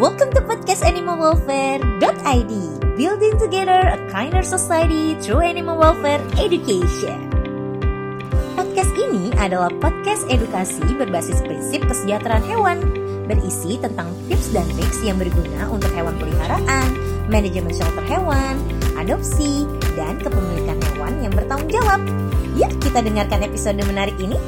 welcome to podcast animalwelfare.id. Building together a kinder society through animal welfare education. Podcast ini adalah podcast edukasi berbasis prinsip kesejahteraan hewan, berisi tentang tips dan triks yang berguna untuk hewan peliharaan, manajemen shelter hewan, adopsi, dan kepemilikan hewan yang bertanggung jawab. Yuk kita dengarkan episode menarik ini.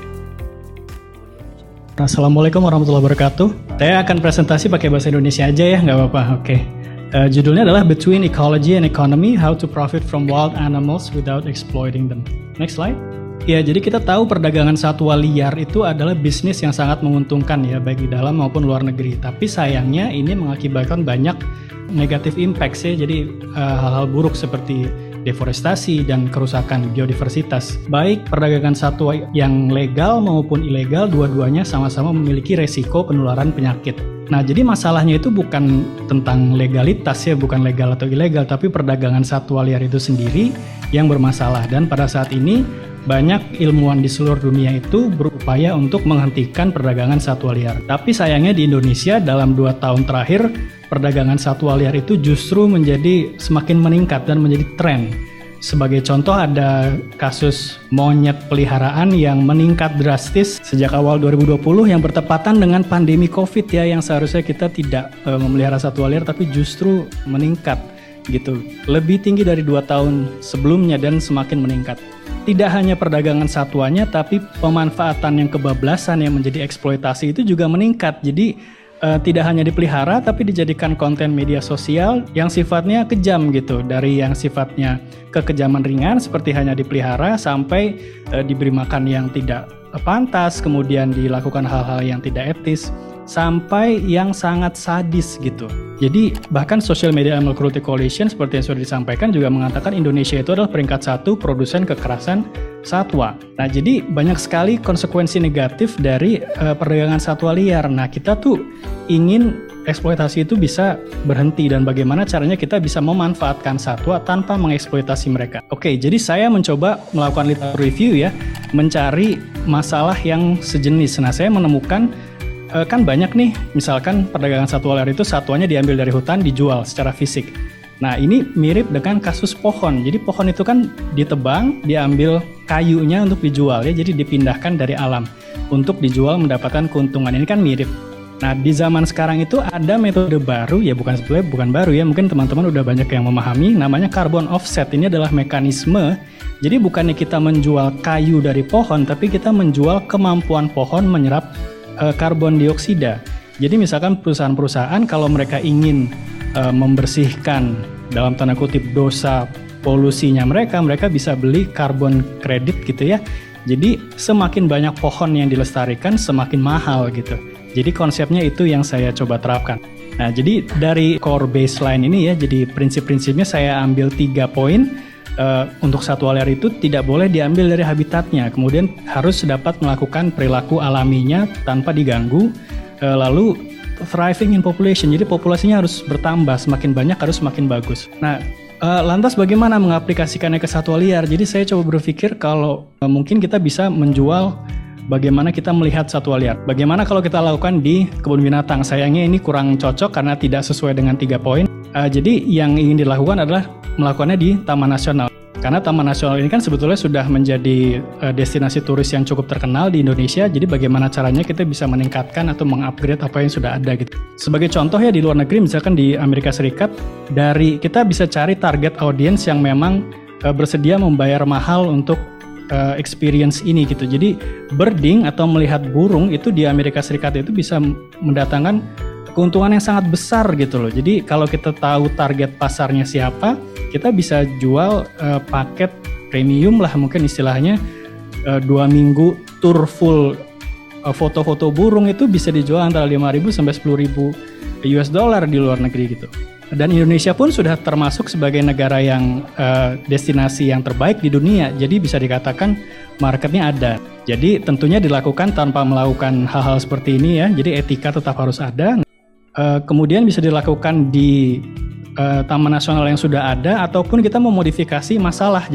Assalamualaikum warahmatullahi wabarakatuh. Saya akan presentasi pakai bahasa Indonesia aja ya, nggak apa-apa. Oke. Judulnya adalah Between Ecology and Economy: How to Profit from Wild Animals Without Exploiting Them. Next slide. Ya, jadi kita tahu perdagangan satwa liar itu adalah bisnis yang sangat menguntungkan ya, baik di dalam maupun luar negeri. Tapi sayangnya ini mengakibatkan banyak negative impacts ya, jadi hal-hal buruk seperti deforestasi dan kerusakan biodiversitas. Baik perdagangan satwa yang legal maupun ilegal, dua-duanya sama-sama memiliki resiko penularan penyakit. Nah, jadi masalahnya itu bukan tentang legalitas ya, bukan legal atau ilegal, tapi perdagangan satwa liar itu sendiri yang bermasalah. Dan pada saat ini banyak ilmuwan di seluruh dunia itu berupaya untuk menghentikan perdagangan satwa liar. Tapi sayangnya di Indonesia dalam 2 tahun terakhir perdagangan satwa liar itu justru menjadi semakin meningkat dan menjadi tren. Sebagai contoh ada kasus monyet peliharaan yang meningkat drastis sejak awal 2020 yang bertepatan dengan pandemi COVID ya, yang seharusnya kita tidak memelihara satwa liar tapi justru meningkat gitu. Lebih tinggi dari 2 tahun sebelumnya dan semakin meningkat. Tidak hanya perdagangan satwanya tapi pemanfaatan yang kebablasan yang menjadi eksploitasi itu juga meningkat. Jadi tidak hanya dipelihara tapi dijadikan konten media sosial yang sifatnya kejam gitu, dari yang sifatnya kekejaman ringan seperti hanya dipelihara sampai diberi makan yang tidak pantas, kemudian dilakukan hal-hal yang tidak etis, sampai yang sangat sadis gitu. Jadi bahkan Social Media Animal Cruelty Coalition seperti yang sudah disampaikan juga mengatakan Indonesia itu adalah peringkat 1 produsen kekerasan satwa. Nah, jadi banyak sekali konsekuensi negatif dari perdagangan satwa liar. Nah, kita tuh ingin eksploitasi itu bisa berhenti dan bagaimana caranya kita bisa memanfaatkan satwa tanpa mengeksploitasi mereka. Oke, jadi saya mencoba melakukan literatur review ya, mencari masalah yang sejenis. Nah, saya menemukan kan banyak nih, misalkan perdagangan satwa liar itu satwanya diambil dari hutan, dijual secara fisik. Nah, ini mirip dengan kasus pohon. Jadi pohon itu kan ditebang, diambil kayunya untuk dijual ya, jadi dipindahkan dari alam untuk dijual mendapatkan keuntungan. Ini kan mirip. Nah, di zaman sekarang itu ada metode baru ya, bukan baru ya, mungkin teman-teman udah banyak yang memahami, namanya carbon offset. Ini adalah mekanisme, jadi bukannya kita menjual kayu dari pohon, tapi kita menjual kemampuan pohon menyerap karbon dioksida. Jadi misalkan perusahaan-perusahaan kalau mereka ingin membersihkan dalam tanda kutip dosa polusinya mereka bisa beli karbon kredit gitu ya. Jadi semakin banyak pohon yang dilestarikan semakin mahal gitu. Jadi konsepnya itu yang saya coba terapkan. Nah, jadi dari core baseline ini ya, jadi prinsip-prinsipnya saya ambil 3 poin. Untuk satwa liar itu tidak boleh diambil dari habitatnya, kemudian harus dapat melakukan perilaku alaminya tanpa diganggu, lalu thriving in population, jadi populasinya harus bertambah, semakin banyak harus semakin bagus. Nah, lantas bagaimana mengaplikasikannya ke satwa liar? Jadi saya coba berpikir kalau mungkin kita bisa menjual bagaimana kita melihat satwa liar. Bagaimana kalau kita lakukan di kebun binatang? Sayangnya ini kurang cocok karena tidak sesuai dengan 3 poin. Jadi yang ingin dilakukan adalah melakukannya di Taman Nasional. Karena Taman Nasional ini kan sebetulnya sudah menjadi destinasi turis yang cukup terkenal di Indonesia. Jadi bagaimana caranya kita bisa meningkatkan atau mengupgrade apa yang sudah ada gitu. Sebagai contoh ya, di luar negeri misalkan di Amerika Serikat, kita bisa cari target audience yang memang bersedia membayar mahal untuk experience ini gitu. Jadi birding atau melihat burung itu di Amerika Serikat itu bisa mendatangkan keuntungan yang sangat besar gitu loh. Jadi kalau kita tahu target pasarnya siapa, kita bisa jual paket premium lah mungkin istilahnya, 2 minggu tour full foto-foto burung itu bisa dijual antara 5.000 sampai 10.000 US dollar di luar negeri gitu. Dan Indonesia pun sudah termasuk sebagai negara yang destinasi yang terbaik di dunia. Jadi bisa dikatakan marketnya ada. Jadi tentunya dilakukan tanpa melakukan hal-hal seperti ini ya. Jadi etika tetap harus ada. Kemudian bisa dilakukan di Taman Nasional yang sudah ada, ataupun kita memodifikasi masalah. Jadi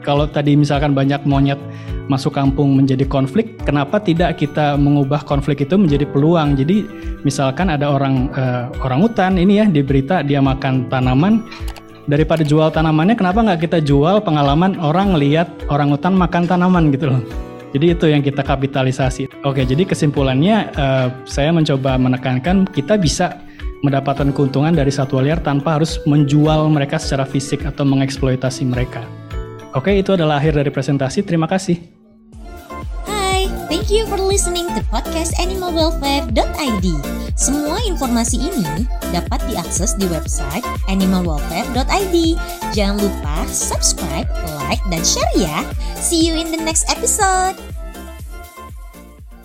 Kalau tadi misalkan banyak monyet masuk kampung menjadi konflik, kenapa tidak kita mengubah konflik itu menjadi peluang? Jadi misalkan ada orang hutan ini ya, di berita dia makan tanaman, daripada jual tanamannya, kenapa nggak kita jual pengalaman orang lihat orang hutan makan tanaman gitu loh. Jadi itu yang kita kapitalisasi. Oke, jadi kesimpulannya saya mencoba menekankan kita bisa mendapatkan keuntungan dari satwa liar tanpa harus menjual mereka secara fisik atau mengeksploitasi mereka. Oke, itu adalah akhir dari presentasi. Terima kasih. Hai, thank you for listening to podcast animalwelfare.id. Semua informasi ini dapat diakses di website animalwelfare.id. Jangan lupa subscribe, like, dan share ya. See you in the next episode.